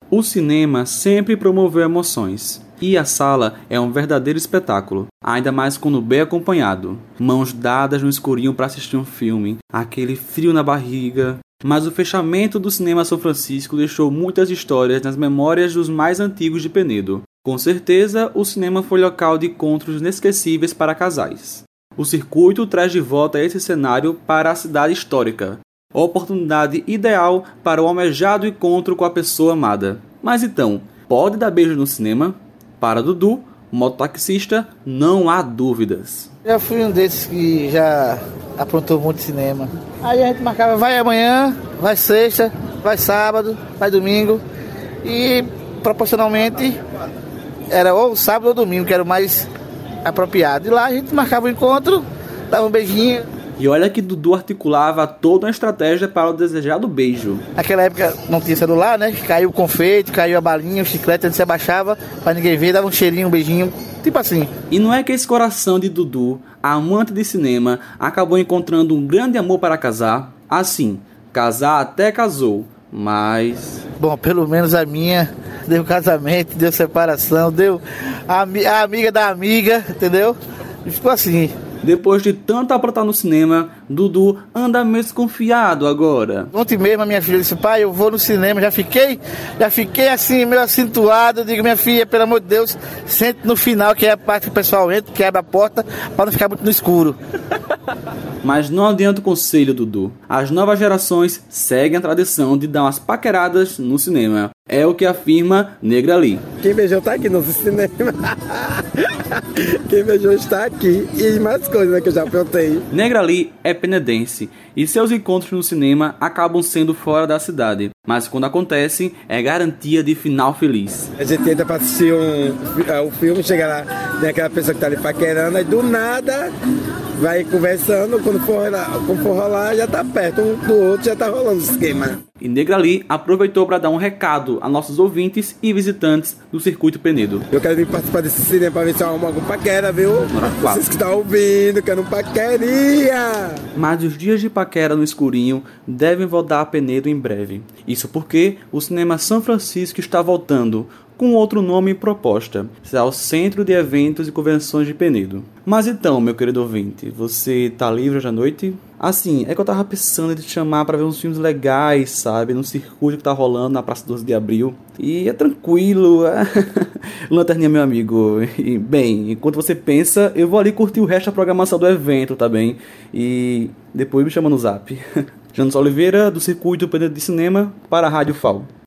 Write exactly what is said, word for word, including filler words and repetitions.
O cinema sempre promoveu emoções. E a sala é um verdadeiro espetáculo, ainda mais quando bem acompanhado. Mãos dadas no escurinho para assistir um filme, aquele frio na barriga. Mas o fechamento do cinema São Francisco deixou muitas histórias nas memórias dos mais antigos de Penedo. Com certeza, o cinema foi local de encontros inesquecíveis para casais. O circuito traz de volta esse cenário para a cidade histórica. Oportunidade ideal para o almejado encontro com a pessoa amada. Mas então, pode dar beijo no cinema? Para Dudu, mototaxista, não há dúvidas. Já fui um desses que já aprontou muito cinema. Aí a gente marcava, vai amanhã, vai sexta, vai sábado, vai domingo. E proporcionalmente era ou sábado ou domingo, que era o mais apropriado. E lá a gente marcava o encontro, dava um beijinho. E olha que Dudu articulava toda uma estratégia para o desejado beijo. Naquela época não tinha celular, né? Caiu o confeite, caiu a balinha, o chiclete, a gente se abaixava pra ninguém ver, dava um cheirinho, um beijinho, tipo assim. E não é que esse coração de Dudu, amante de cinema, acabou encontrando um grande amor para casar? Assim, casar até casou, mas... Bom, pelo menos a minha deu casamento, deu separação, deu a, a amiga da amiga, entendeu? E ficou assim. Depois de tanto aprontar no cinema, Dudu anda meio desconfiado agora. Ontem mesmo a minha filha disse, pai, eu vou no cinema, já fiquei, já fiquei assim, meio acintuado. Eu digo, minha filha, pelo amor de Deus, sente no final, que é a parte que o pessoal entra, quebra a porta, para não ficar muito no escuro. Mas não adianta o conselho, Dudu. As novas gerações seguem a tradição de dar umas paqueradas no cinema. É o que afirma Negrali. Quem beijou tá aqui no cinema. Quem beijou está aqui. E mais coisas que eu já aprontei. Negrali é penedense e seus encontros no cinema acabam sendo fora da cidade. Mas quando acontecem, é garantia de final feliz. A gente entra pra assistir um, um filme, chega lá, tem aquela pessoa que tá ali paquerando, e do nada vai conversando, quando for, quando for rolar, já tá perto um do outro, já tá rolando o esquema. E Negrali aproveitou para dar um recado a nossos ouvintes e visitantes do Circuito Penedo. Eu quero vir participar desse cinema para ver se eu arrumo algum paquera, viu? Claro. Vocês que estão ouvindo, quero um paqueria! Mas os dias de paquera no escurinho devem voltar a Penedo em breve. Isso porque o Cinema São Francisco está voltando, com outro nome e proposta, será o Centro de Eventos e Convenções de Penedo. Mas então, meu querido ouvinte, você tá livre hoje à noite? Assim, é que eu tava pensando em te chamar pra ver uns filmes legais, sabe? Num circuito que tá rolando na Praça doze de Abril. E é tranquilo, é... Lanterninha, meu amigo. E, bem, enquanto você pensa, eu vou ali curtir o resto da programação do evento, tá bem? E depois me chama no zap. Janus Oliveira, do Circuito Penedo de Cinema, para a Rádio F A U.